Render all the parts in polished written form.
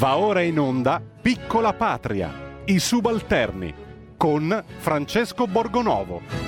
Va ora in onda Piccola Patria, i subalterni, con Francesco Borgonovo.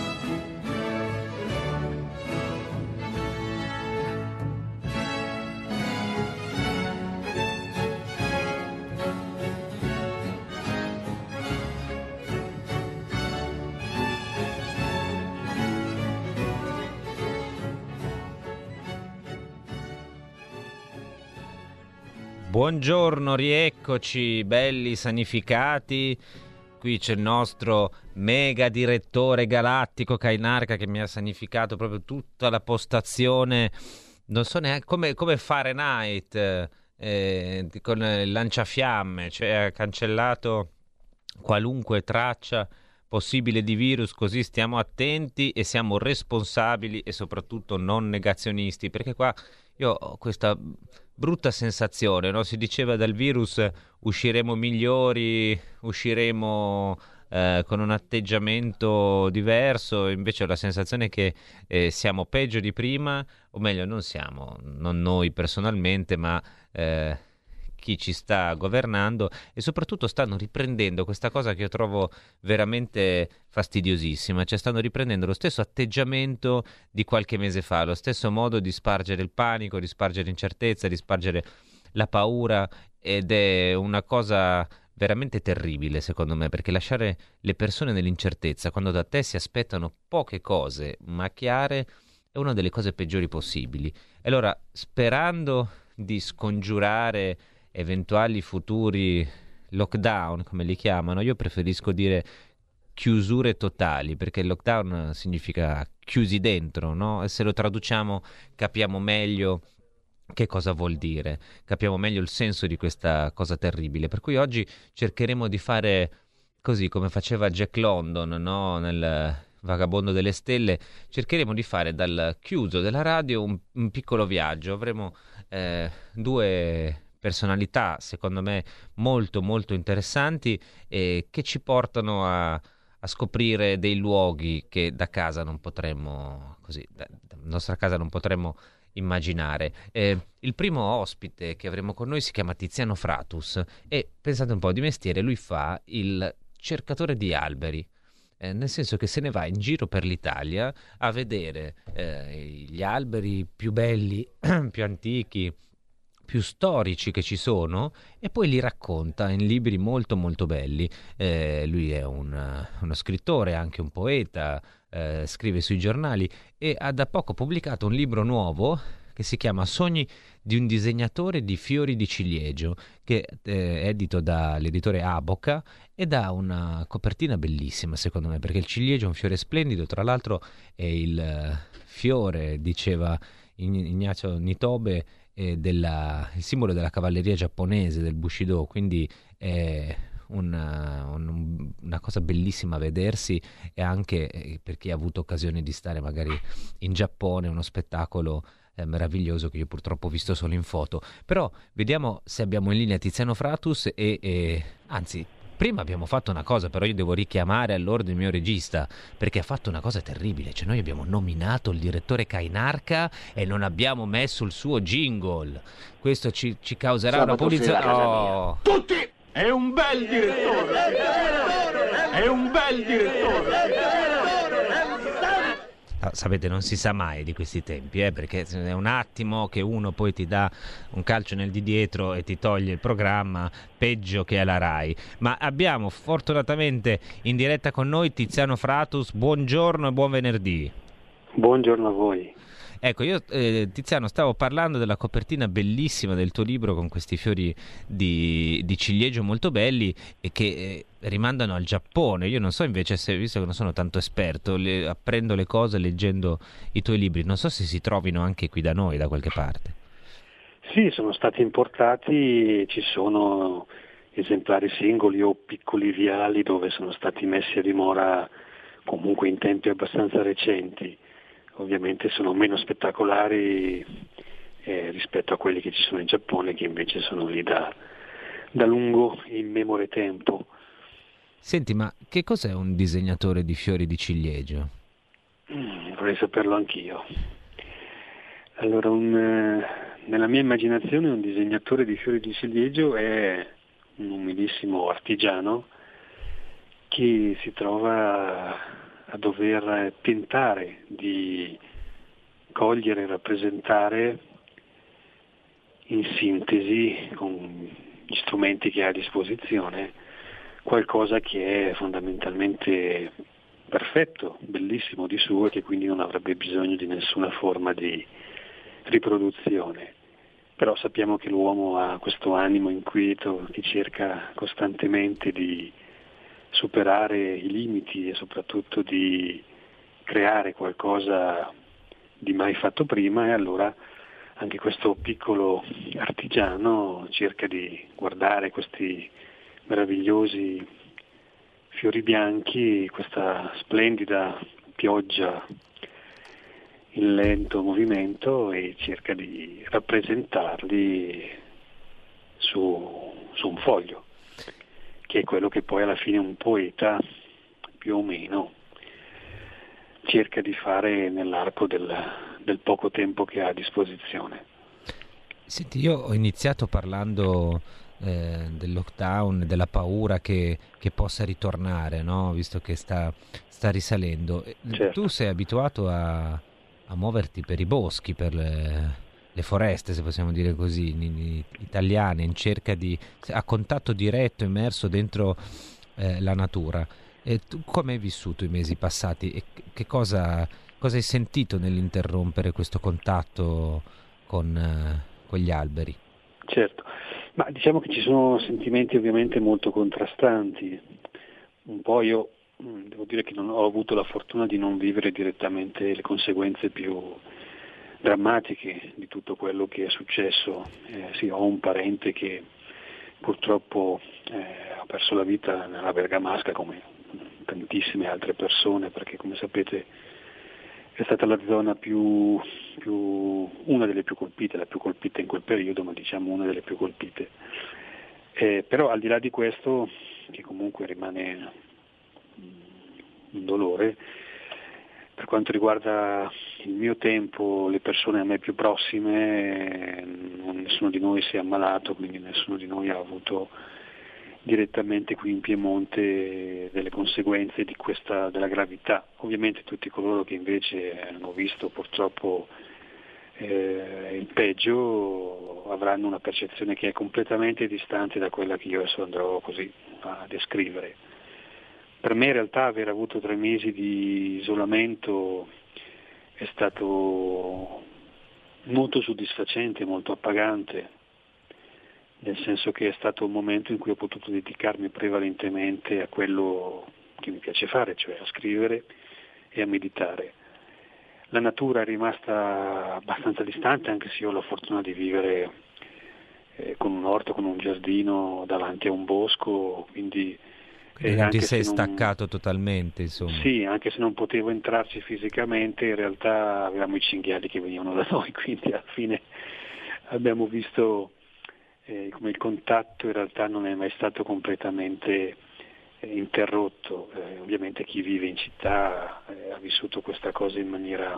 Buongiorno, rieccoci, belli sanificati. Qui c'è il nostro mega direttore galattico Kainarka che mi ha sanificato proprio tutta la postazione. Non so neanche come Fahrenheit con il lanciafiamme, cioè ha cancellato qualunque traccia possibile di virus, così stiamo attenti e siamo responsabili e soprattutto non negazionisti, perché qua io ho questa brutta sensazione, no? Si diceva dal virus usciremo migliori, usciremo con un atteggiamento diverso, invece ho la sensazione che siamo peggio di prima, o meglio non siamo, non noi personalmente, ma chi ci sta governando, e soprattutto stanno riprendendo questa cosa che io trovo veramente fastidiosissima, cioè stanno riprendendo lo stesso atteggiamento di qualche mese fa, lo stesso modo di spargere il panico, di spargere l'incertezza, di spargere la paura, ed è una cosa veramente terribile secondo me, perché lasciare le persone nell'incertezza quando da te si aspettano poche cose ma chiare è una delle cose peggiori possibili. E allora, sperando di scongiurare eventuali futuri lockdown, come li chiamano, io preferisco dire chiusure totali, perché il lockdown significa chiusi dentro, no? E se lo traduciamo capiamo meglio che cosa vuol dire, capiamo meglio il senso di questa cosa terribile. Per cui oggi cercheremo di fare così come faceva Jack London, no? Nel Vagabondo delle Stelle, cercheremo di fare dal chiuso della radio un piccolo viaggio. Avremo due personalità, secondo me, molto molto interessanti, che ci portano a scoprire dei luoghi che da casa non potremmo, così, da nostra casa non potremmo immaginare. Il primo ospite che avremo con noi si chiama Tiziano Fratus e, pensate un po', di mestiere lui fa il cercatore di alberi. Nel senso che se ne va in giro per l'Italia a vedere gli alberi più belli, più antichi, più storici che ci sono, e poi li racconta in libri molto molto belli. Lui è uno scrittore, anche un poeta, scrive sui giornali e ha da poco pubblicato un libro nuovo che si chiama Sogni di un disegnatore di fiori di ciliegio, che è edito dall'editore Aboca ed ha una copertina bellissima secondo me, perché il ciliegio è un fiore splendido, tra l'altro è il fiore, diceva Ignacio Nitobe, il simbolo della cavalleria giapponese, del Bushido, quindi è una cosa bellissima a vedersi, e anche per chi ha avuto occasione di stare magari in Giappone, uno spettacolo meraviglioso che io purtroppo ho visto solo in foto. Però vediamo se abbiamo in linea Tiziano Fratus anzi, prima abbiamo fatto una cosa, però io devo richiamare all'ordine il mio regista, perché ha fatto una cosa terribile, cioè noi abbiamo nominato il direttore Kainarka e non abbiamo messo il suo jingle. Questo ci causerà una punizione. Tutti! È un bel direttore! È un bel direttore! Sapete, non si sa mai di questi tempi, perché è un attimo che uno poi ti dà un calcio nel di dietro e ti toglie il programma, peggio che alla Rai. Ma abbiamo fortunatamente in diretta con noi Tiziano Fratus. Buongiorno e buon venerdì. Buongiorno a voi. Ecco, io Tiziano stavo parlando della copertina bellissima del tuo libro con questi fiori di ciliegio molto belli e che rimandano al Giappone. Io non so invece, se, visto che non sono tanto esperto, apprendo le cose leggendo i tuoi libri, non so se si trovino anche qui da noi da qualche parte. Sì, sono stati importati, ci sono esemplari singoli o piccoli viali dove sono stati messi a dimora comunque in tempi abbastanza recenti. Ovviamente sono meno spettacolari rispetto a quelli che ci sono in Giappone, che invece sono lì da lungo immemore tempo. Senti, ma che cos'è un disegnatore di fiori di ciliegio? Vorrei saperlo anch'io. Allora, un nella mia immaginazione un disegnatore di fiori di ciliegio è un umilissimo artigiano che si trova a dover tentare di cogliere e rappresentare in sintesi, con gli strumenti che ha a disposizione, qualcosa che è fondamentalmente perfetto, bellissimo di suo e che quindi non avrebbe bisogno di nessuna forma di riproduzione. Però sappiamo che l'uomo ha questo animo inquieto che cerca costantemente di superare i limiti e soprattutto di creare qualcosa di mai fatto prima, e allora anche questo piccolo artigiano cerca di guardare questi meravigliosi fiori bianchi, questa splendida pioggia in lento movimento, e cerca di rappresentarli su un foglio, che è quello che poi alla fine un poeta più o meno cerca di fare nell'arco del poco tempo che ha a disposizione. Senti, io ho iniziato parlando del lockdown, della paura che possa ritornare, no? Visto che sta risalendo. Certo. Tu sei abituato a muoverti per i boschi, per le foreste, se possiamo dire così, italiane, in cerca a contatto diretto, immerso dentro la natura. E tu come hai vissuto i mesi passati e che cosa hai sentito nell'interrompere questo contatto con gli alberi? Certo, ma diciamo che ci sono sentimenti ovviamente molto contrastanti. Un po' io devo dire che non ho avuto la fortuna di non vivere direttamente le conseguenze più drammatiche di tutto quello che è successo. Sì, ho un parente che purtroppo ha perso la vita nella Bergamasca, come tantissime altre persone, perché come sapete è stata la zona una delle più colpite, la più colpita in quel periodo, ma diciamo una delle più colpite. Però al di là di questo, che comunque rimane un dolore, per quanto riguarda il mio tempo, le persone a me più prossime, nessuno di noi si è ammalato, quindi nessuno di noi ha avuto direttamente qui in Piemonte delle conseguenze della gravità. Ovviamente tutti coloro che invece hanno visto purtroppo il peggio avranno una percezione che è completamente distante da quella che io adesso andrò così a descrivere. Per me in realtà aver avuto 3 mesi di isolamento è stato molto soddisfacente, molto appagante, nel senso che è stato un momento in cui ho potuto dedicarmi prevalentemente a quello che mi piace fare, cioè a scrivere e a meditare. La natura è rimasta abbastanza distante, anche se io ho la fortuna di vivere con un orto, con un giardino davanti a un bosco, quindi non ti sei staccato totalmente, insomma. Sì, anche se non potevo entrarci fisicamente, in realtà avevamo i cinghiali che venivano da noi, quindi alla fine abbiamo visto come il contatto in realtà non è mai stato completamente interrotto. Ovviamente chi vive in città ha vissuto questa cosa in maniera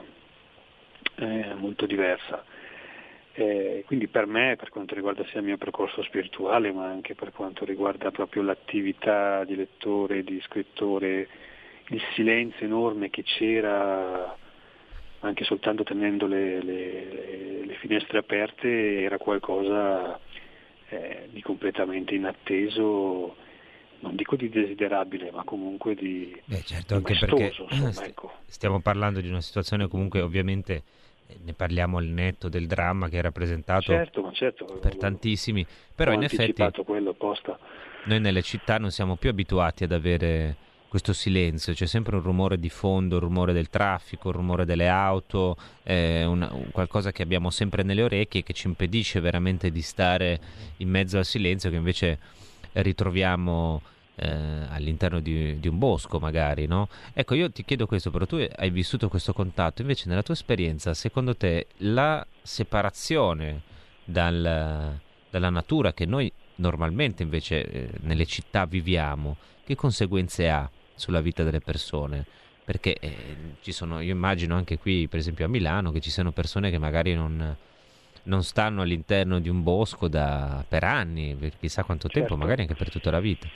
molto diversa. Quindi per me, per quanto riguarda sia il mio percorso spirituale, ma anche per quanto riguarda proprio l'attività di lettore, di scrittore, il silenzio enorme che c'era anche soltanto tenendo le finestre aperte, era qualcosa di completamente inatteso, non dico di desiderabile, ma comunque di certo, anche maestoso, perché insomma, ecco. Stiamo parlando di una situazione comunque, ovviamente ne parliamo al netto del dramma che è rappresentato certo, per tantissimi, però in effetti quello apposta. Noi nelle città non siamo più abituati ad avere questo silenzio, c'è sempre un rumore di fondo, il rumore del traffico, il rumore delle auto, qualcosa che abbiamo sempre nelle orecchie che ci impedisce veramente di stare in mezzo al silenzio che invece ritroviamo all'interno di un bosco magari, no? Ecco, io ti chiedo questo, però tu hai vissuto questo contatto, invece nella tua esperienza, secondo te la separazione dalla natura che noi normalmente invece nelle città viviamo, che conseguenze ha sulla vita delle persone? Perché io immagino anche qui, per esempio a Milano, che ci siano persone che magari non non stanno all'interno di un bosco per anni, per chissà quanto tempo, Certo. magari anche per tutta la vita.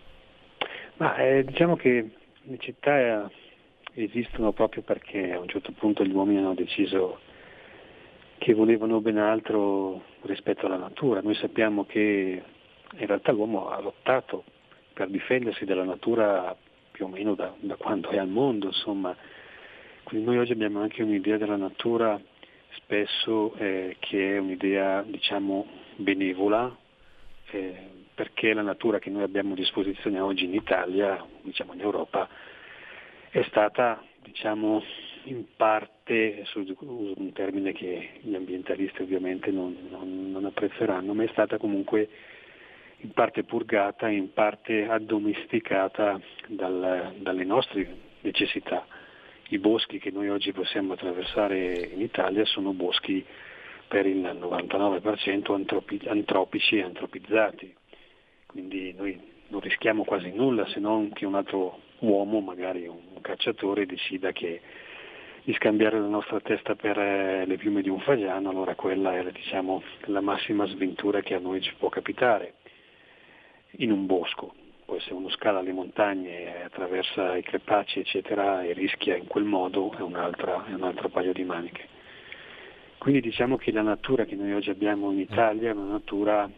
Ma diciamo che le città esistono proprio perché a un certo punto gli uomini hanno deciso che volevano ben altro rispetto alla natura. Noi sappiamo che in realtà l'uomo ha lottato per difendersi dalla natura più o meno da quando è al mondo, insomma. Quindi noi oggi abbiamo anche un'idea della natura spesso che è un'idea, diciamo, benevola, perché la natura che noi abbiamo a disposizione oggi in Italia, diciamo in Europa, è stata, diciamo, in parte, uso un termine che gli ambientalisti ovviamente non apprezzeranno, ma è stata comunque in parte purgata, in parte addomesticata dalle nostre necessità. I boschi che noi oggi possiamo attraversare in Italia sono boschi per il 99% antropici e antropizzati, quindi noi non rischiamo quasi nulla se non che un altro uomo, magari un cacciatore, decida di scambiare la nostra testa per le piume di un fagiano. Allora quella è, diciamo, la massima sventura che a noi ci può capitare in un bosco. Poi se uno scala le montagne, attraversa i crepacci eccetera e rischia in quel modo è un altro paio di maniche. Quindi diciamo che la natura che noi oggi abbiamo in Italia è una natura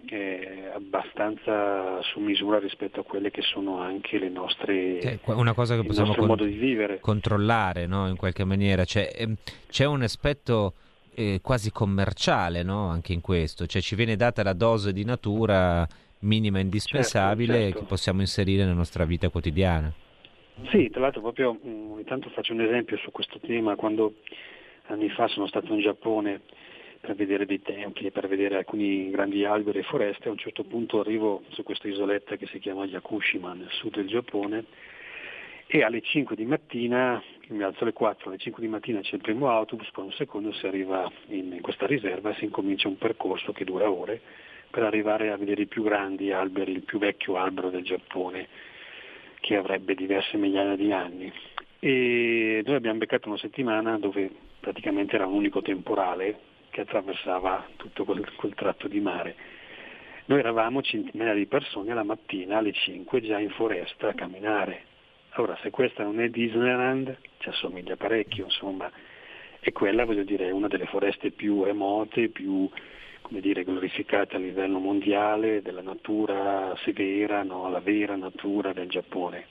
abbastanza su misura rispetto a quelle che sono anche le nostre, Una cosa che il possiamo nostro modo di vivere. controllare, no? In qualche maniera. C'è un aspetto quasi commerciale, no? Anche in questo. Cioè ci viene data la dose di natura minima indispensabile Certo. che possiamo inserire nella nostra vita quotidiana. Sì, tra l'altro proprio ogni tanto faccio un esempio su questo tema. Quando anni fa sono stato in Giappone per vedere dei templi e per vedere alcuni grandi alberi e foreste, a un certo punto arrivo su questa isoletta che si chiama Yakushima nel sud del Giappone e alle 5 di mattina, io mi alzo alle 4, alle 5 di mattina c'è il primo autobus, poi un secondo si arriva in questa riserva e si incomincia un percorso che dura ore per arrivare a vedere i più grandi alberi, il più vecchio albero del Giappone che avrebbe diverse migliaia di anni. E noi abbiamo beccato una settimana dove praticamente era un unico temporale che attraversava tutto quel tratto di mare. Noi eravamo centinaia di persone alla mattina alle 5 già in foresta a camminare. Ora, se questa non è Disneyland, ci assomiglia parecchio, insomma, e quella, voglio dire, è una delle foreste più remote, più, come dire, glorificate a livello mondiale, della natura severa, no? La vera natura del Giappone.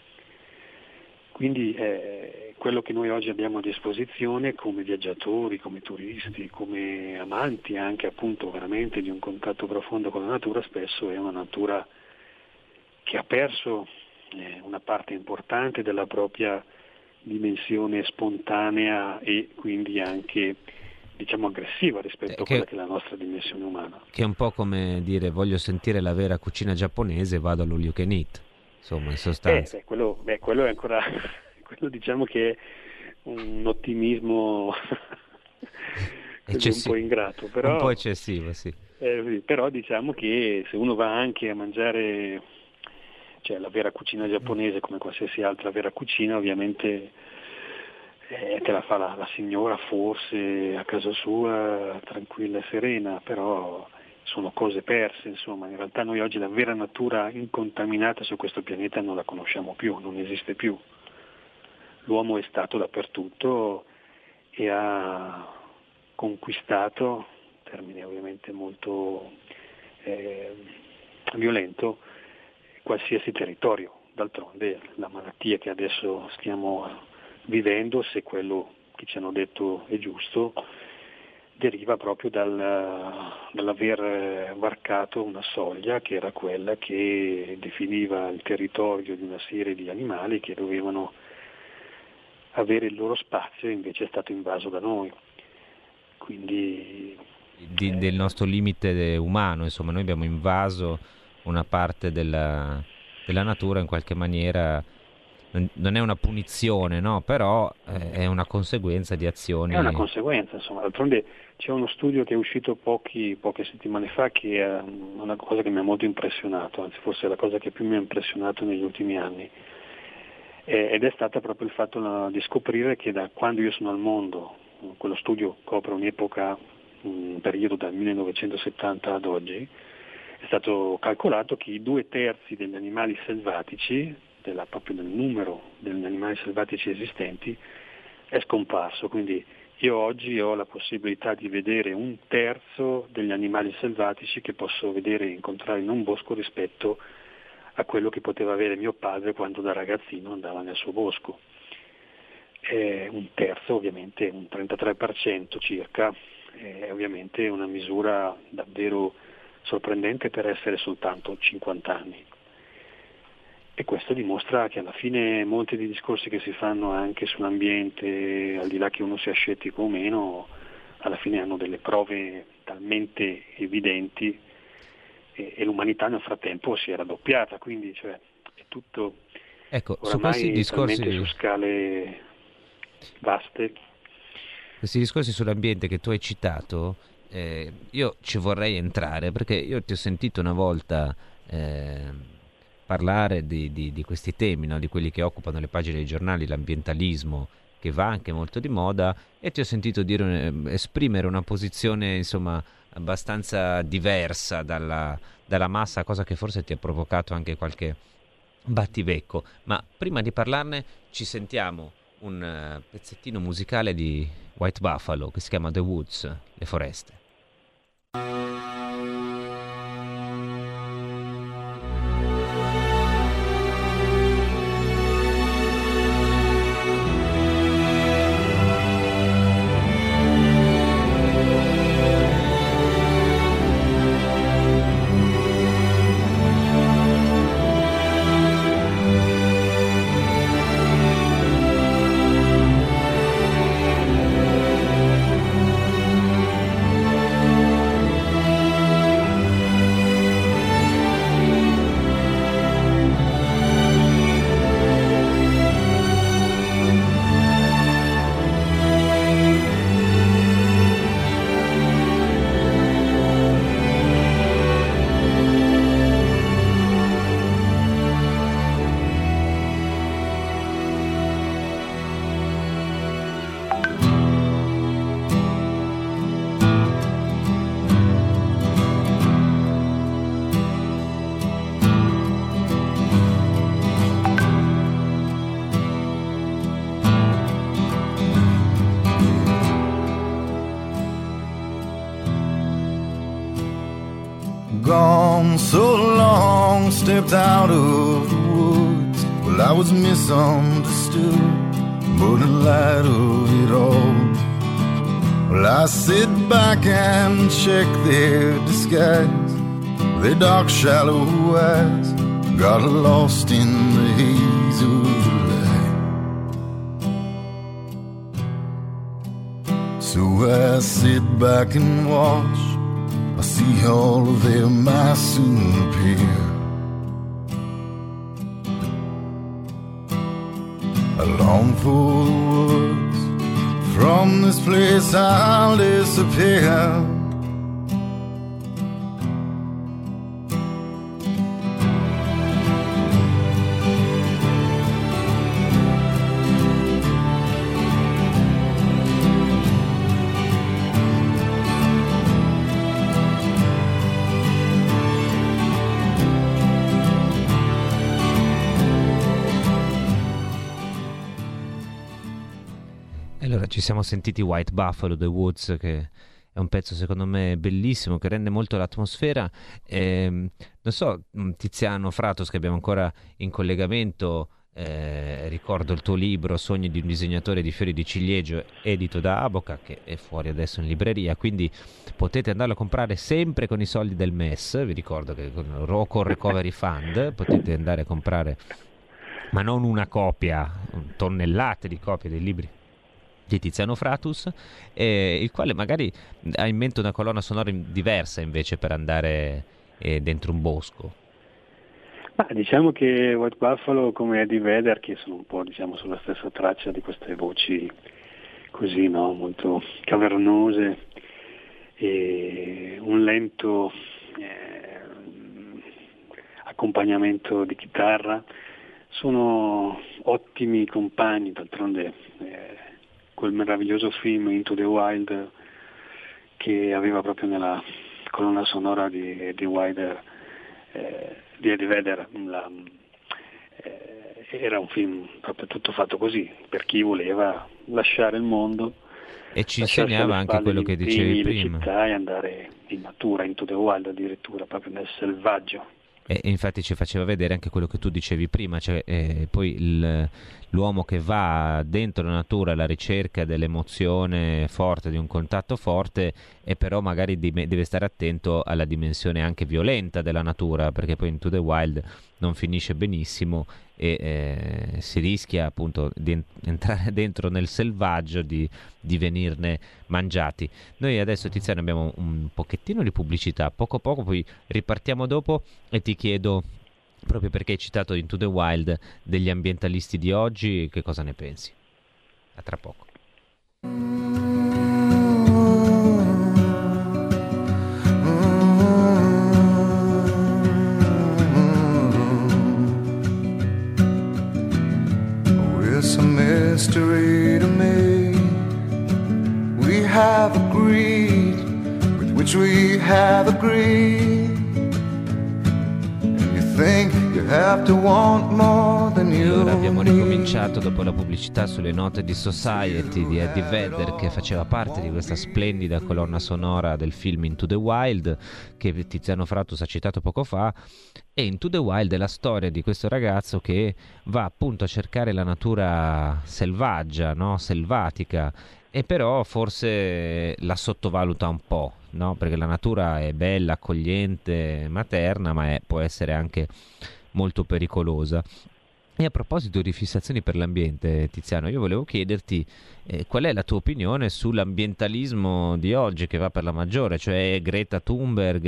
Quindi quello che noi oggi abbiamo a disposizione come viaggiatori, come turisti, come amanti anche appunto veramente di un contatto profondo con la natura, spesso è una natura che ha perso una parte importante della propria dimensione spontanea e quindi anche, diciamo, aggressiva rispetto a quella che è la nostra dimensione umana. Che è un po' come dire: voglio sentire la vera cucina giapponese, vado all'all you can eat, insomma, in sostanza. Quello è ancora, quello diciamo che è un ottimismo un po' ingrato, però, un po' eccessivo, sì. Però diciamo che se uno va anche a mangiare, cioè la vera cucina giapponese come qualsiasi altra vera cucina, ovviamente te la fa la signora forse a casa sua tranquilla e serena, però sono cose perse, insomma. In realtà noi oggi la vera natura incontaminata su questo pianeta non la conosciamo più, non esiste più. L'uomo è stato dappertutto e ha conquistato, termine ovviamente molto violento, qualsiasi territorio. D'altronde la malattia che adesso stiamo vivendo, se quello che ci hanno detto è giusto, deriva proprio dall'aver varcato una soglia che era quella che definiva il territorio di una serie di animali che dovevano avere il loro spazio e invece è stato invaso da noi. Quindi del nostro limite umano, insomma, noi abbiamo invaso una parte della natura in qualche maniera. Non è una punizione, no? Però è una conseguenza di azioni. È una conseguenza, insomma. D'altronde c'è uno studio che è uscito poche settimane fa che è una cosa che mi ha molto impressionato, anzi forse è la cosa che più mi ha impressionato negli ultimi anni, ed è stata proprio il fatto di scoprire che da quando io sono al mondo, quello studio copre un'epoca un periodo dal 1970 ad oggi, è stato calcolato che i 2/3 degli animali selvatici, proprio del numero degli animali selvatici esistenti, è scomparso. Quindi io oggi ho la possibilità di vedere 1/3 degli animali selvatici che posso vedere e incontrare in un bosco rispetto a quello che poteva avere mio padre quando da ragazzino andava nel suo bosco. 1/3, ovviamente un 33% circa, è ovviamente una misura davvero sorprendente per essere soltanto 50 anni. E questo dimostra che alla fine molti dei discorsi che si fanno anche sull'ambiente, al di là che uno sia scettico o meno, alla fine hanno delle prove talmente evidenti e l'umanità nel frattempo si è raddoppiata, quindi è tutto Ecco, su oramai questi discorsi, talmente su scale vaste. questi discorsi sull'ambiente che tu hai citato, io ci vorrei entrare perché io ti ho sentito una volta parlare di questi temi, no? Di quelli che occupano le pagine dei giornali, l'ambientalismo, che va anche molto di moda, e ti ho sentito esprimere una posizione, insomma, abbastanza diversa dalla massa, cosa che forse ti ha provocato anche qualche battivecco. Ma prima di parlarne ci sentiamo un pezzettino musicale di White Buffalo che si chiama The Woods, le foreste. Gone so long, stepped out of the woods. Well, I was misunderstood, but in light of it all, well, I sit back and check their disguise. Their dark, shallow eyes got lost in the haze of the light. So I sit back and watch. I see all of them might soon appear. I long for the words, from this place I'll disappear. Allora, ci siamo sentiti White Buffalo, The Woods, che è un pezzo secondo me bellissimo, che rende molto l'atmosfera. Non so, Tiziano Fratos, che abbiamo ancora in collegamento, ricordo il tuo libro Sogni di un disegnatore di fiori di ciliegio, edito da Aboca, che è fuori adesso in libreria, quindi potete andarlo a comprare sempre con i soldi del MES. Vi ricordo che con Recovery Fund potete andare a comprare, ma non una copia, tonnellate di copie dei libri di Tiziano Fratus, il quale magari ha in mente una colonna sonora diversa invece per andare dentro un bosco. Ma diciamo che White Buffalo, come Eddie Vedder, che sono un po' sulla stessa traccia di queste voci così, no? Molto cavernose, e un lento accompagnamento di chitarra, sono ottimi compagni. D'altronde quel meraviglioso film Into the Wild che aveva proprio nella colonna sonora di Eddie Vedder, era un film proprio tutto fatto così, per chi voleva lasciare il mondo e ci insegnava anche quello che dicevi prima, le città, e andare in natura, into the wild, addirittura proprio nel selvaggio. E infatti ci faceva vedere anche quello che tu dicevi prima, cioè poi l'uomo che va dentro la natura alla ricerca dell'emozione forte, di un contatto forte, e però magari deve stare attento alla dimensione anche violenta della natura, perché poi Into the Wild non finisce benissimo e si rischia appunto di entrare dentro nel selvaggio, di venirne mangiati. Noi adesso, Tiziano, abbiamo un pochettino di pubblicità, poco poi ripartiamo dopo e ti chiedo, proprio perché hai citato Into the Wild, degli ambientalisti di oggi, che cosa ne pensi? A tra poco. It's a mystery to me. We have agreed with which we have agreed. And you think you have to want more than you Allora abbiamo need. ricominciato dopo la pubblicità sulle note di Society di Eddie Vedder, che faceva parte di questa splendida colonna sonora del film Into the Wild, che Tiziano Fratus ha citato poco fa. E Into the Wild è la storia di questo ragazzo che va appunto a cercare la natura selvaggia, no? Selvatica, e però forse la sottovaluta un po', no? Perché la natura è bella, accogliente, materna, ma può essere anche molto pericolosa. E a proposito di fissazioni per l'ambiente, Tiziano, io volevo chiederti qual è la tua opinione sull'ambientalismo di oggi, che va per la maggiore, cioè Greta Thunberg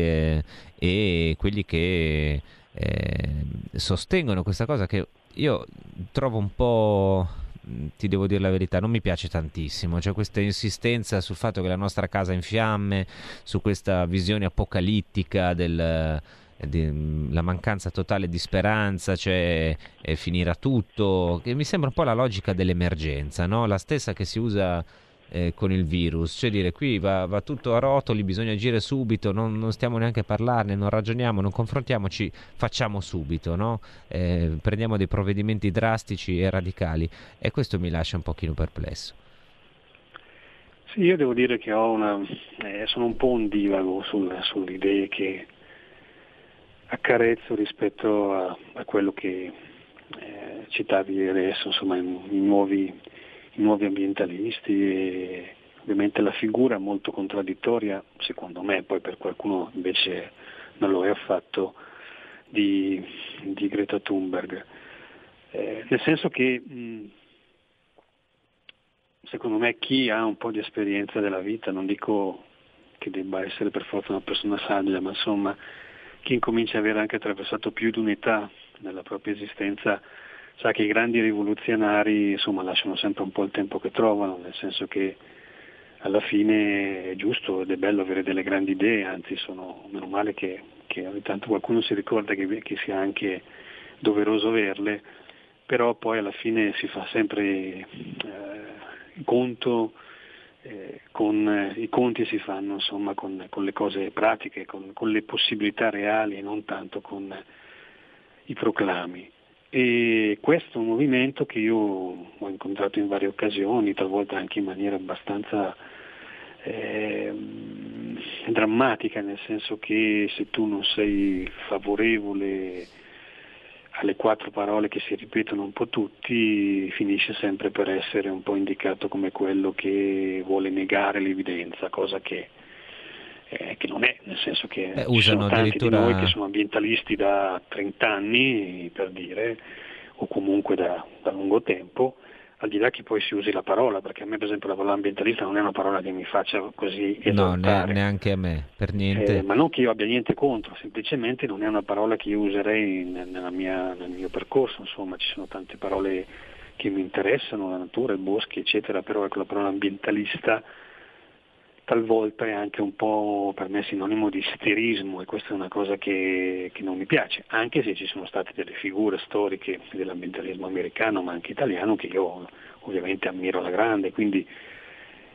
e quelli che sostengono questa cosa, che io trovo un po', ti devo dire la verità, non mi piace tantissimo, cioè questa insistenza sul fatto che la nostra casa è in fiamme, su questa visione apocalittica la mancanza totale di speranza, cioè finirà tutto, che mi sembra un po' la logica dell'emergenza, no? La stessa che si usa con il virus, cioè dire qui va tutto a rotoli, bisogna agire subito, non stiamo neanche a parlarne, non ragioniamo, non confrontiamoci, facciamo subito, no? Prendiamo dei provvedimenti drastici e radicali, e questo mi lascia un pochino perplesso. Sì, io devo dire che sono un po' un divago sulle idee che accarezzo rispetto a quello che citavi adesso, insomma, i nuovi ambientalisti, e ovviamente la figura molto contraddittoria, secondo me, poi per qualcuno invece non lo è affatto, di Greta Thunberg, nel senso che secondo me chi ha un po' di esperienza della vita, non dico che debba essere per forza una persona saggia, ma insomma chi incomincia a avere anche attraversato più di un'età nella propria esistenza, sa che i grandi rivoluzionari insomma lasciano sempre un po' il tempo che trovano, nel senso che alla fine è giusto ed è bello avere delle grandi idee, anzi meno male che ogni tanto qualcuno si ricorda che sia anche doveroso averle, però poi alla fine si fa sempre conto, i conti si fanno insomma con le cose pratiche, con le possibilità reali e non tanto con i proclami. E questo è un movimento che io ho incontrato in varie occasioni, talvolta anche in maniera abbastanza drammatica, nel senso che se tu non sei favorevole alle 4 parole che si ripetono un po' tutti, finisce sempre per essere un po' indicato come quello che vuole negare l'evidenza, cosa che non è, nel senso che ci sono tanti di noi che sono ambientalisti da 30 anni, per dire, o comunque da lungo tempo, al di là che poi si usi la parola, perché a me per esempio la parola ambientalista non è una parola che mi faccia così esaltare. No, neanche a me, per niente. Ma non che io abbia niente contro, semplicemente non è una parola che io userei nel mio percorso, insomma ci sono tante parole che mi interessano, la natura, i boschi eccetera, però ecco, la parola ambientalista talvolta è anche un po' per me sinonimo di isterismo, e questa è una cosa che non mi piace, anche se ci sono state delle figure storiche dell'ambientalismo americano ma anche italiano che io ovviamente ammiro alla grande, quindi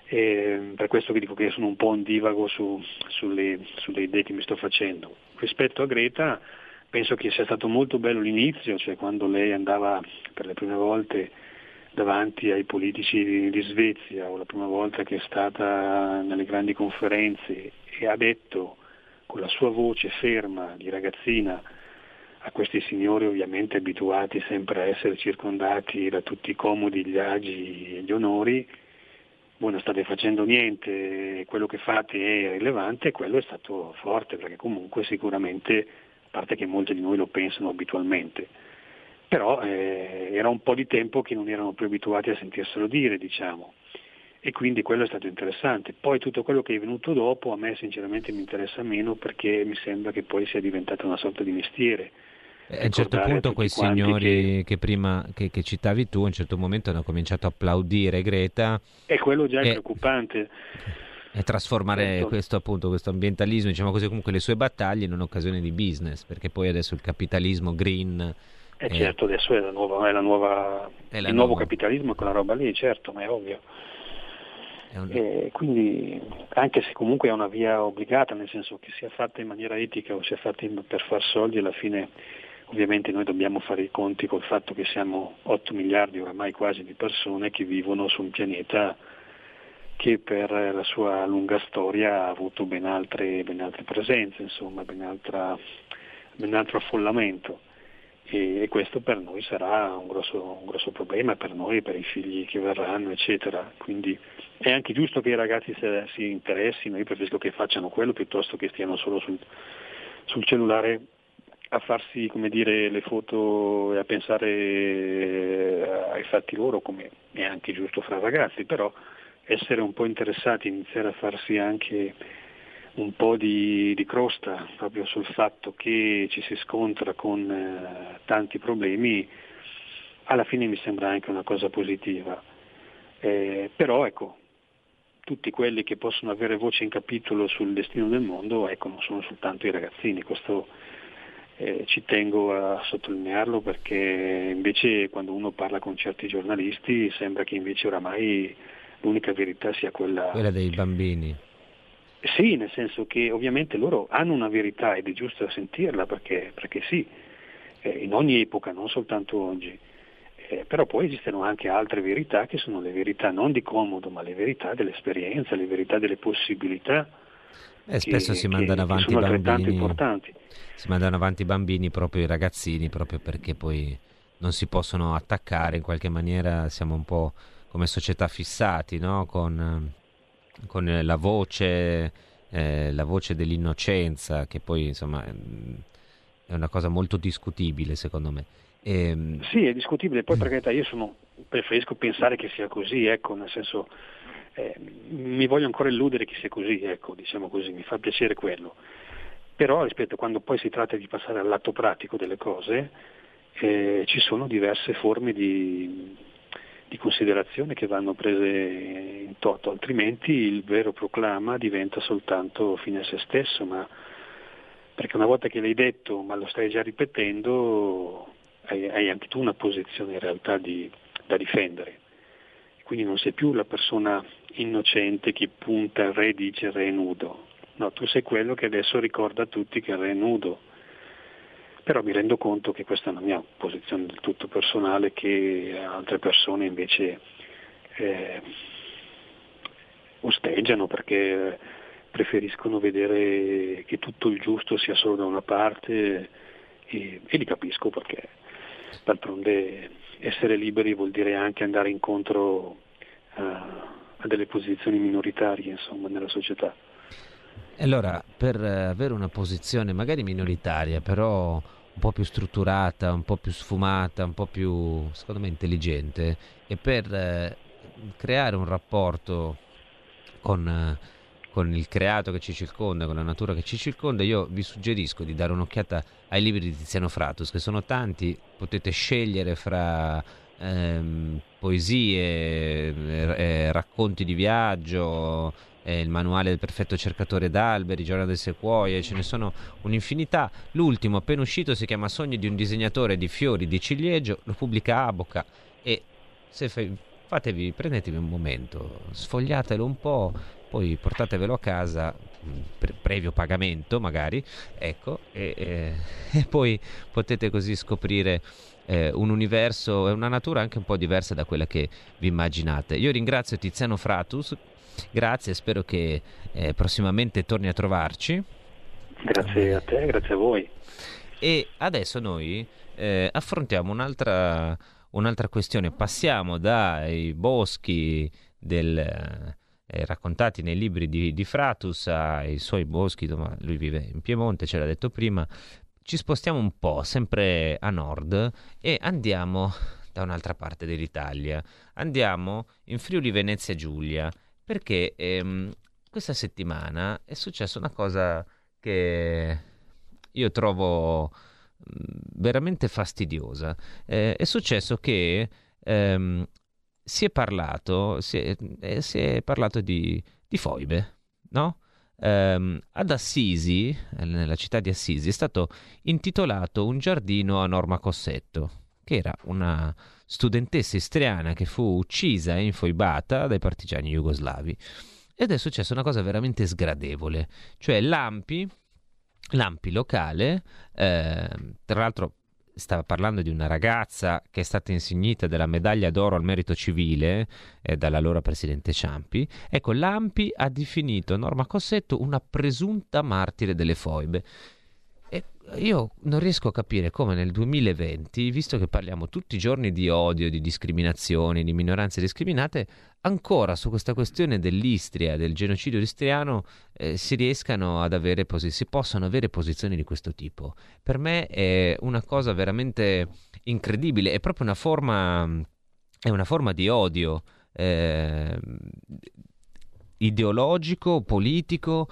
Per questo che dico che sono un po' ondivago sulle idee che mi sto facendo. Rispetto a Greta, penso che sia stato molto bello l'inizio, cioè quando lei andava per le prime volte davanti ai politici di Svezia, o la prima volta che è stata nelle grandi conferenze e ha detto con la sua voce ferma di ragazzina a questi signori, ovviamente abituati sempre a essere circondati da tutti i comodi, gli agi e gli onori: voi non state facendo niente, quello che fate è rilevante. Quello è stato forte, perché comunque sicuramente, a parte che molti di noi lo pensano abitualmente, però era un po' di tempo che non erano più abituati a sentirselo dire, diciamo, e quindi quello è stato interessante. Poi tutto quello che è venuto dopo a me sinceramente mi interessa meno, perché mi sembra che poi sia diventata una sorta di mestiere. A un certo punto quei signori che prima che citavi tu, a un certo momento hanno cominciato a applaudire Greta, e quello già è preoccupante, e trasformare questo ambientalismo, diciamo così, comunque le sue battaglie in un'occasione di business, perché poi adesso il capitalismo green certo, adesso è il nuovo capitalismo, quella roba lì, certo, ma è ovvio. Quindi, anche se comunque è una via obbligata, nel senso che sia fatta in maniera etica o sia fatta per far soldi, alla fine ovviamente noi dobbiamo fare i conti col fatto che siamo 8 miliardi oramai quasi di persone che vivono su un pianeta che per la sua lunga storia ha avuto ben altre presenze, insomma, ben altro affollamento, e questo per noi sarà un grosso problema, per noi e per i figli che verranno, eccetera. Quindi è anche giusto che i ragazzi si interessino. Io preferisco che facciano quello piuttosto che stiano solo sul cellulare a farsi, come dire, le foto e a pensare ai fatti loro, come è anche giusto fra ragazzi, però essere un po' interessati, iniziare a farsi anche un po' di crosta proprio sul fatto che ci si scontra con tanti problemi, alla fine mi sembra anche una cosa positiva. Però ecco, tutti quelli che possono avere voce in capitolo sul destino del mondo, ecco, non sono soltanto i ragazzini. Questo ci tengo a sottolinearlo, perché invece quando uno parla con certi giornalisti sembra che invece oramai l'unica verità sia quella dei bambini. Sì, nel senso che ovviamente loro hanno una verità ed è giusto sentirla, perché sì, in ogni epoca, non soltanto oggi. Però poi esistono anche altre verità, che sono le verità non di comodo, ma le verità dell'esperienza, le verità delle possibilità. Spesso si mandano avanti sono i bambini, importanti. Si mandano avanti i bambini, proprio i ragazzini, proprio perché poi non si possono attaccare. In qualche maniera siamo un po' come società fissati, no? Con la voce dell'innocenza, che poi insomma è una cosa molto discutibile, secondo me. Sì, è discutibile. Poi, per carità, io preferisco pensare che sia così, ecco, nel senso, mi voglio ancora illudere che sia così, ecco, diciamo così, mi fa piacere quello. Però, rispetto, quando poi si tratta di passare all'atto pratico delle cose, ci sono diverse forme di considerazione che vanno prese in toto, altrimenti il vero proclama diventa soltanto fine a se stesso, ma perché una volta che l'hai detto, ma lo stai già ripetendo, hai anche tu una posizione in realtà da difendere. Quindi non sei più la persona innocente che punta al re e dice il re è nudo. No, tu sei quello che adesso ricorda a tutti che il re è nudo. Però mi rendo conto che questa è una mia posizione del tutto personale, che altre persone invece osteggiano, perché preferiscono vedere che tutto il giusto sia solo da una parte, e li capisco, perché d'altronde essere liberi vuol dire anche andare incontro a delle posizioni minoritarie, insomma, nella società. Allora, per avere una posizione magari minoritaria, però un po' più strutturata, un po' più sfumata, un po' più, secondo me, intelligente, e per creare un rapporto con il creato che ci circonda, con la natura che ci circonda, io vi suggerisco di dare un'occhiata ai libri di Tiziano Fratus, che sono tanti. Potete scegliere fra poesie, racconti di viaggio, il manuale del perfetto cercatore d'alberi, Giorno delle sequoie, ce ne sono un'infinità. L'ultimo appena uscito si chiama Sogni di un disegnatore di fiori di ciliegio, lo pubblica Aboca, e se prendetevi un momento, sfogliatelo un po', poi portatevelo a casa, previo pagamento magari, ecco, e poi potete così scoprire un universo e una natura anche un po' diversa da quella che vi immaginate. Io ringrazio Tiziano Fratus, grazie, spero che prossimamente torni a trovarci. Grazie a te, grazie a voi. E adesso noi affrontiamo un'altra questione, passiamo dai boschi raccontati nei libri di Fratus ai suoi boschi, lui vive in Piemonte, ce l'ha detto prima. Ci spostiamo un po', sempre a nord, e andiamo da un'altra parte dell'Italia. Andiamo in Friuli Venezia Giulia, perché questa settimana è successa una cosa che io trovo veramente fastidiosa. È successo che si è parlato di foibe, no? Ad Assisi, nella città di Assisi, è stato intitolato un giardino a Norma Cossetto, che era una studentessa istriana che fu uccisa e infoibata dai partigiani jugoslavi. Ed è successa una cosa veramente sgradevole, cioè l'ANPI locale, tra l'altro stava parlando di una ragazza che è stata insignita della medaglia d'oro al merito civile dall'allora presidente Ciampi. Ecco, l'ANPI ha definito Norma Cossetto una presunta martire delle foibe. E io non riesco a capire come nel 2020, visto che parliamo tutti i giorni di odio, di discriminazioni, di minoranze discriminate, ancora su questa questione dell'Istria, del genocidio istriano, si possano avere posizioni di questo tipo. Per me è una cosa veramente incredibile, è proprio una forma di odio ideologico, politico,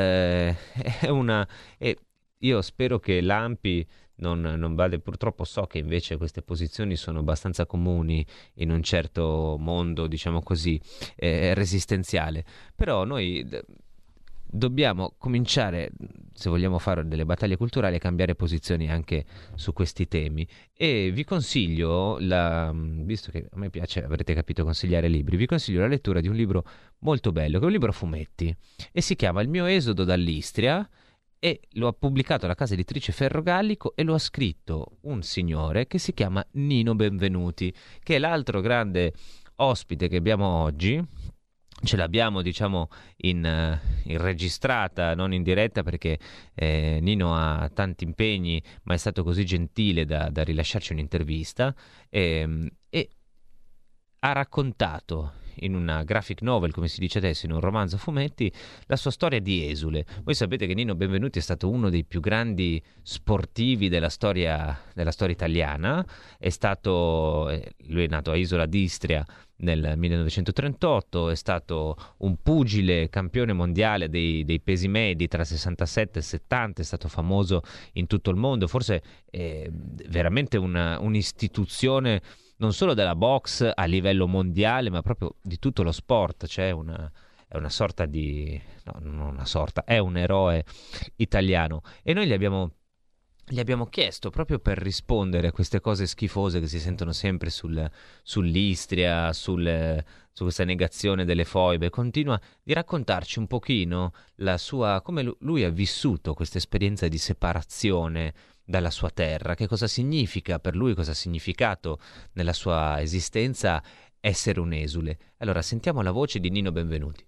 io spero che l'ANPI non vada, purtroppo so che invece queste posizioni sono abbastanza comuni in un certo mondo, diciamo così, resistenziale, però noi dobbiamo cominciare, se vogliamo fare delle battaglie culturali, a cambiare posizioni anche su questi temi. E vi consiglio, visto che a me piace, avrete capito, consigliare libri, vi consiglio la lettura di un libro molto bello, che è un libro a fumetti, e si chiama Il mio esodo dall'Istria, e lo ha pubblicato la casa editrice Ferrogallico e lo ha scritto un signore che si chiama Nino Benvenuti, che è l'altro grande ospite che abbiamo oggi. Ce l'abbiamo, diciamo, in registrata, non in diretta, perché Nino ha tanti impegni, ma è stato così gentile da rilasciarci un'intervista, e ha raccontato in una graphic novel, come si dice adesso, in un romanzo a fumetti, la sua storia di esule. Voi sapete che Nino Benvenuti è stato uno dei più grandi sportivi della storia italiana. Lui è nato a Isola d'Istria nel 1938, è stato un pugile campione mondiale dei pesi medi tra 67 e 70, è stato famoso in tutto il mondo, forse è veramente un'istituzione non solo della box a livello mondiale, ma proprio di tutto lo sport. È una sorta di... no, non una sorta, è un eroe italiano. E noi gli abbiamo chiesto, proprio per rispondere a queste cose schifose che si sentono sempre sull'Istria, su questa negazione delle foibe, continua di raccontarci un pochino come lui ha vissuto questa esperienza di separazione dalla sua terra, che cosa significa per lui, cosa ha significato nella sua esistenza essere un esule. Allora sentiamo la voce di Nino Benvenuti.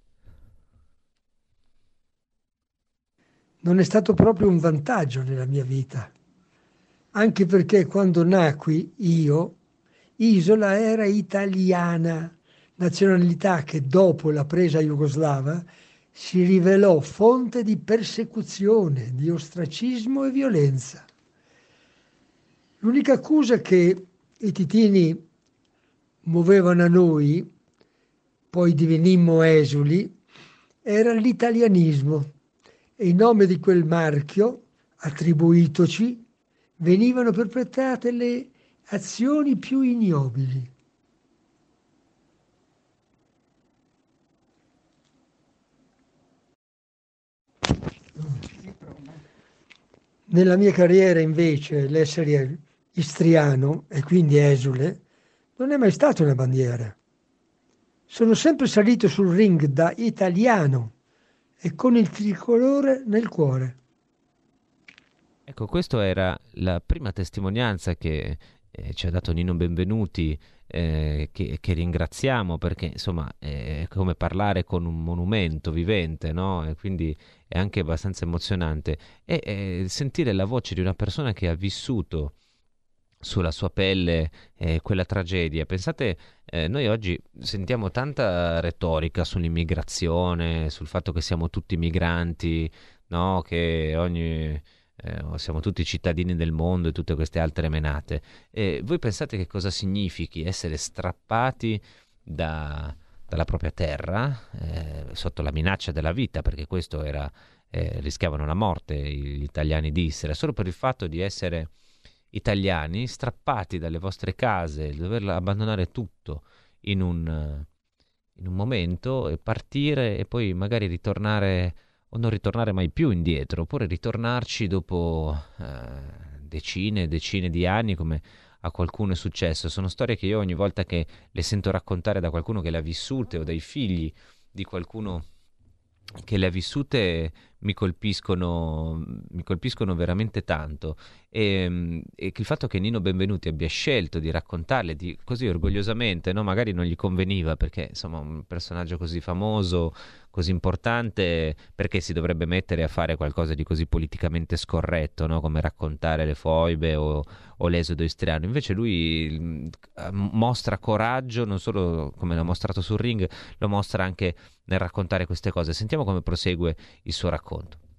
Non è stato proprio un vantaggio nella mia vita, anche perché quando nacqui io, Isola era italiana, nazionalità che dopo la presa jugoslava si rivelò fonte di persecuzione, di ostracismo e violenza. L'unica accusa che i titini muovevano a noi, poi divenimmo esuli, era l'italianismo, e in nome di quel marchio attribuitoci venivano perpetrate le azioni più ignobili. Nella mia carriera invece l'essere istriano e quindi esule non è mai stata una bandiera, Sono sempre salito sul ring da italiano e con il tricolore nel cuore. Ecco, questa era la prima testimonianza che ci ha dato Nino Benvenuti, che ringraziamo perché insomma è come parlare con un monumento vivente, no? E quindi è anche abbastanza emozionante. E sentire la voce di una persona che ha vissuto sulla sua pelle quella tragedia. Pensate, noi oggi sentiamo tanta retorica sull'immigrazione, sul fatto che siamo tutti migranti, no? Che siamo tutti cittadini del mondo e tutte queste altre menate. Voi pensate che cosa significhi essere strappati dalla propria terra sotto la minaccia della vita, perché questo era, rischiavano la morte gli italiani di Istria, solo per il fatto di essere italiani, strappati dalle vostre case, dover abbandonare tutto in un momento e partire e poi magari ritornare o non ritornare mai più indietro, oppure ritornarci dopo decine e decine di anni come a qualcuno è successo. Sono storie che io ogni volta che le sento raccontare da qualcuno che le ha vissute o dai figli di qualcuno che le ha vissute mi colpiscono veramente tanto e che il fatto che Nino Benvenuti abbia scelto di raccontarle così orgogliosamente, no? Magari non gli conveniva perché insomma un personaggio così famoso, così importante, perché si dovrebbe mettere a fare qualcosa di così politicamente scorretto, no? Come raccontare le foibe o l'esodo istriano. Invece lui mostra coraggio, non solo come l'ha mostrato sul ring, lo mostra anche nel raccontare queste cose. Sentiamo come prosegue il suo racconto.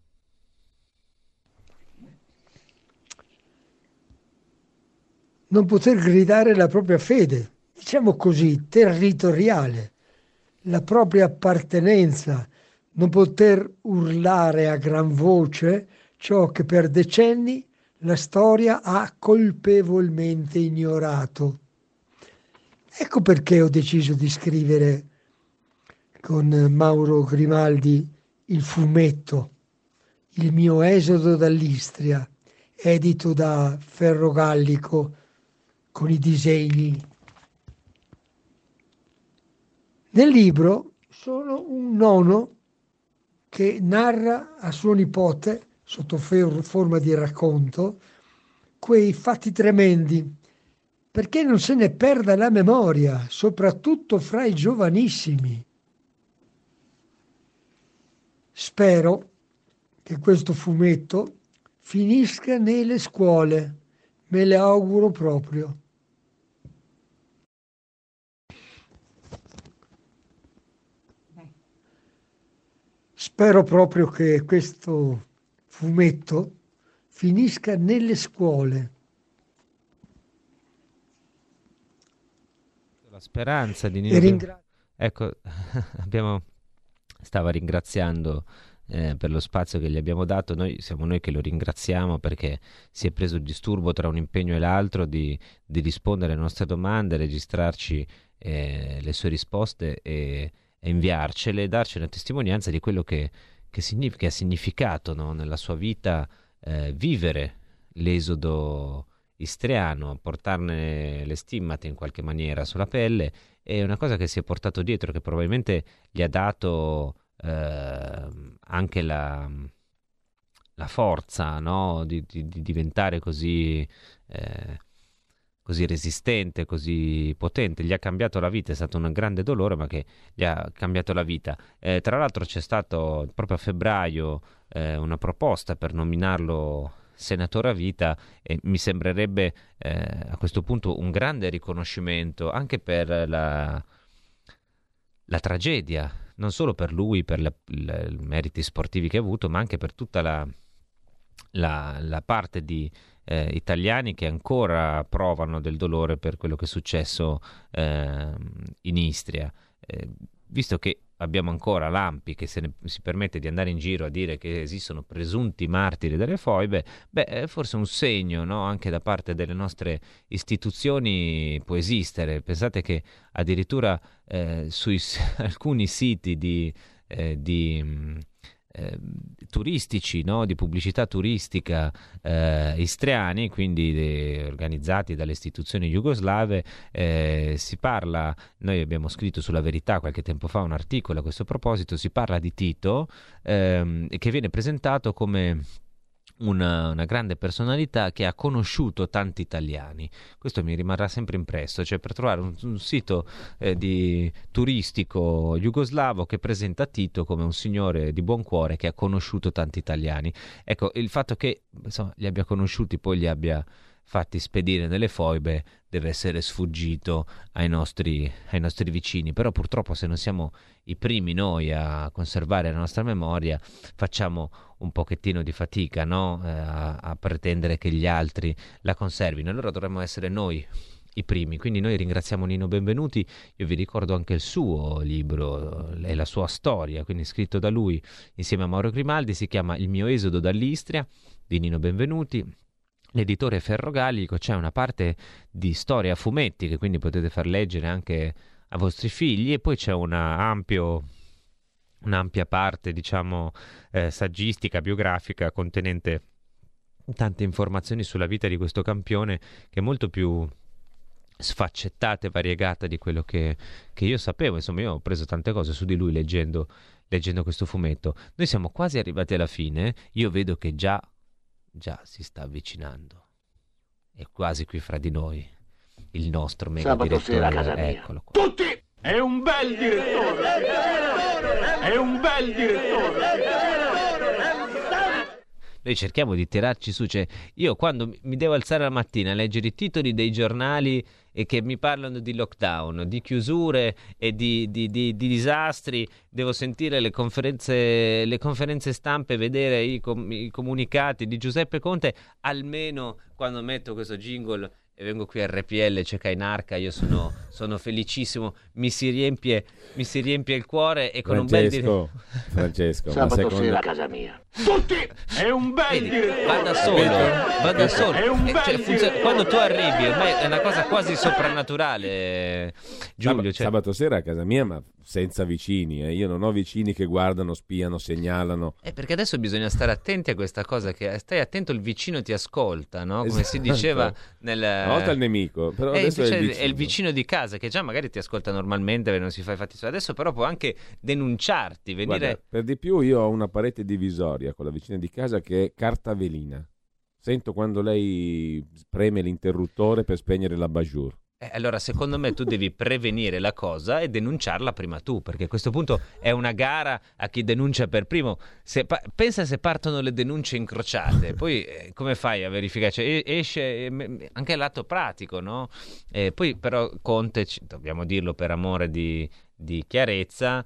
Non poter gridare la propria fede, diciamo così, territoriale, la propria appartenenza, non poter urlare a gran voce ciò che per decenni la storia ha colpevolmente ignorato. Ecco perché ho deciso di scrivere con Mauro Grimaldi il fumetto, il mio esodo dall'Istria, edito da Ferrogallico con i disegni. Nel libro sono un nonno che narra a suo nipote, sotto forma di racconto, quei fatti tremendi, perché non se ne perda la memoria, soprattutto fra i giovanissimi. Spero che questo fumetto finisca nelle scuole, me le auguro proprio. Spero proprio che questo fumetto finisca nelle scuole. La speranza di Nino Ecco, stava ringraziando per lo spazio che gli abbiamo dato. Siamo noi che lo ringraziamo perché si è preso il disturbo tra un impegno e l'altro di rispondere alle nostre domande, registrarci le sue risposte e inviarcele, darci una testimonianza di quello che ha significato, no? Nella sua vita vivere l'esodo istriano, portarne le stimmate in qualche maniera sulla pelle. È una cosa che si è portato dietro, che probabilmente gli ha dato anche la forza, no? di diventare così resistente, così potente. Gli ha cambiato la vita, è stato un grande dolore, ma che gli ha cambiato la vita. Tra l'altro c'è stato proprio a febbraio una proposta per nominarlo senatore a vita e mi sembrerebbe a questo punto un grande riconoscimento anche per la tragedia, non solo per lui, per i meriti sportivi che ha avuto, ma anche per tutta la parte di italiani che ancora provano del dolore per quello che è successo in Istria. Visto che abbiamo ancora Lampi che si permette di andare in giro a dire che esistono presunti martiri delle foibe, è forse un segno, no? Anche da parte delle nostre istituzioni può esistere. Pensate che addirittura su alcuni siti di turistici, no? Di pubblicità turistica istriani, quindi organizzati dalle istituzioni jugoslave. Si parla, noi abbiamo scritto sulla Verità qualche tempo fa un articolo a questo proposito, si parla di Tito che viene presentato come una grande personalità che ha conosciuto tanti italiani. Questo mi rimarrà sempre impresso, cioè per trovare un sito turistico jugoslavo che presenta Tito come un signore di buon cuore che ha conosciuto tanti italiani. Ecco, il fatto che insomma, li abbia conosciuti, poi li abbia fatti spedire nelle foibe, deve essere sfuggito ai nostri vicini. Però purtroppo, se non siamo i primi noi a conservare la nostra memoria, facciamo un pochettino di fatica, no? A pretendere che gli altri la conservino. Allora dovremmo essere noi i primi. Quindi noi ringraziamo Nino Benvenuti. Io vi ricordo anche il suo libro e la sua storia, quindi scritto da lui insieme a Mauro Grimaldi, si chiama Il mio esodo dall'Istria, di Nino Benvenuti. L'editore Ferrogallico. C'è una parte di storia a fumetti che quindi potete far leggere anche a vostri figli, e poi c'è un'ampia parte, diciamo, saggistica, biografica, contenente tante informazioni sulla vita di questo campione, che è molto più sfaccettata e variegata di quello che io sapevo. Insomma, io ho preso tante cose su di lui leggendo questo fumetto. Noi siamo quasi arrivati alla fine. Io vedo che già si sta avvicinando, è quasi qui fra di noi il nostro mega sabato direttore. Sera a casa mia. Eccolo qua. Tutti! È un bel direttore! È un bel direttore! Noi cerchiamo di tirarci su, cioè io quando mi devo alzare la mattina a leggere i titoli dei giornali e che mi parlano di lockdown, di chiusure e di disastri, devo sentire le conferenze stampe, vedere i comunicati di Giuseppe Conte. Almeno quando metto questo jingle e vengo qui a RPL, c'è Cainarca, io sono felicissimo, mi si riempie il cuore, e con Francesco, Sabato sera a casa mia. Tutti! È un bel direttore! Va da solo. È un bel direttore! Quando tu arrivi, ormai è una cosa quasi soprannaturale, Giulio. Sabato sera a casa mia, ma senza vicini. Io non ho vicini che guardano, spiano, segnalano. Perché adesso bisogna stare attenti a questa cosa, che stai attento, il vicino ti ascolta, no? Come si diceva Una volta il nemico, però adesso è il vicino di casa, che già magari ti ascolta normalmente, non si fa i fatti suoi. Adesso però può anche denunciarti, venire... Guarda, per di più io ho una parete divisoria con la vicina di casa che è carta velina. Sento quando lei preme l'interruttore per spegnere la bajour. Allora secondo me tu devi prevenire la cosa e denunciarla prima tu, perché a questo punto è una gara a chi denuncia per primo. Pensa se partono le denunce incrociate, poi come fai a verificare? Cioè, esce anche il lato pratico, no? Poi però Conte, dobbiamo dirlo per amore di chiarezza,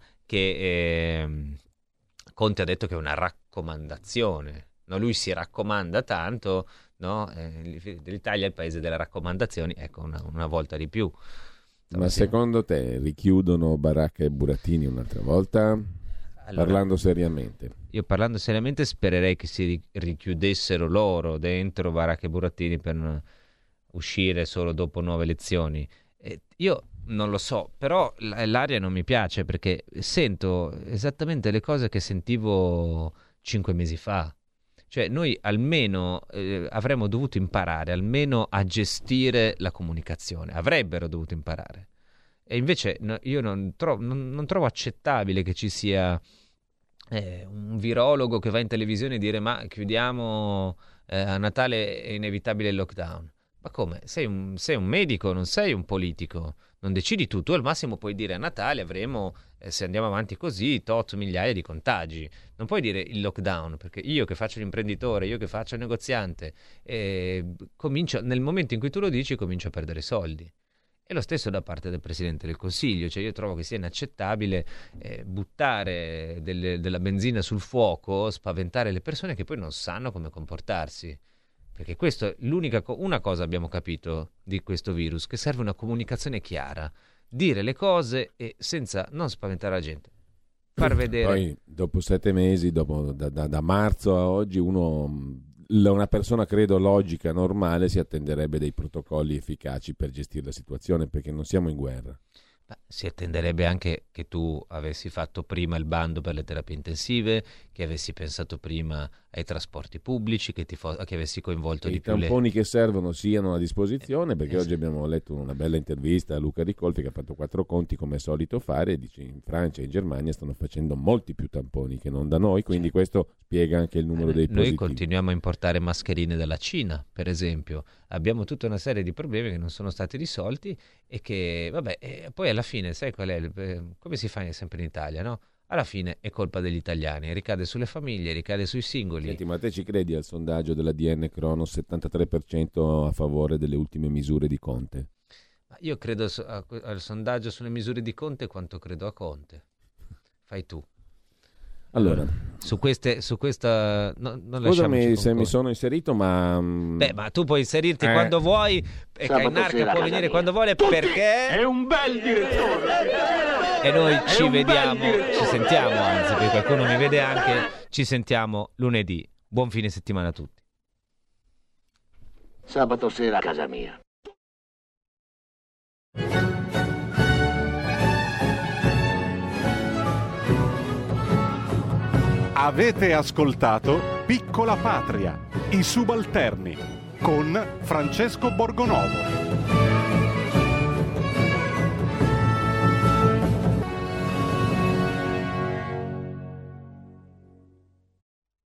che Conte ha detto che è una raccomandazione, no? Lui si raccomanda tanto, no? L'Italia è il paese delle raccomandazioni, ecco, una volta di più. Ma secondo te richiudono Baracca e Burattini un'altra volta? Allora, parlando seriamente. Io parlando seriamente spererei che si richiudessero loro dentro Baracca e Burattini per uscire solo dopo nuove elezioni. Io non lo so, però l'aria non mi piace, perché sento esattamente le cose che sentivo 5 mesi fa. Cioè noi almeno avremmo dovuto imparare almeno a gestire la comunicazione, avrebbero dovuto imparare. E invece io non trovo accettabile che ci sia un virologo che va in televisione a dire ma chiudiamo a Natale, è inevitabile il lockdown. Ma come? Sei un medico, non sei un politico, non decidi tu al massimo puoi dire a Natale avremo, se andiamo avanti così, tot migliaia di contagi. Non puoi dire il lockdown, perché io che faccio l'imprenditore, io che faccio il negoziante, nel momento in cui tu lo dici comincio a perdere soldi. E lo stesso da parte del Presidente del Consiglio, cioè io trovo che sia inaccettabile buttare della benzina sul fuoco, spaventare le persone che poi non sanno come comportarsi. Perché questo è una cosa abbiamo capito di questo virus, che serve una comunicazione chiara, dire le cose e senza non spaventare la gente, far vedere. Poi dopo 7 mesi, da marzo a oggi, una persona credo logica, normale, si attenderebbe dei protocolli efficaci per gestire la situazione, perché non siamo in guerra. Si attenderebbe anche che tu avessi fatto prima il bando per le terapie intensive, che avessi pensato prima ai trasporti pubblici, che avessi coinvolto di più i tamponi che servono siano a disposizione, perché oggi abbiamo letto una bella intervista a Luca Ricolfi che ha fatto 4 conti come è solito fare, e dice in Francia e in Germania stanno facendo molti più tamponi che non da noi, quindi questo spiega anche il numero dei positivi. Noi continuiamo a importare mascherine dalla Cina, per esempio, abbiamo tutta una serie di problemi che non sono stati risolti e che, poi alla fine, sai qual è? Come si fa sempre in Italia, no? Alla fine è colpa degli italiani, ricade sulle famiglie, ricade sui singoli. Senti, ma te ci credi al sondaggio della DN Cronos, 73% a favore delle ultime misure di Conte? Io credo al sondaggio sulle misure di Conte quanto credo a Conte. Fai tu. Allora, su questa scusami se mi sono inserito, ma ma tu puoi inserirti quando vuoi e Cainarca può venire quando vuole, perché è un bel direttore e noi ci vediamo, ci sentiamo, anzi, perché qualcuno mi vede anche, ci sentiamo lunedì. Buon fine settimana a tutti. Sabato sera a casa mia. Avete ascoltato Piccola Patria, i subalterni, con Francesco Borgonovo.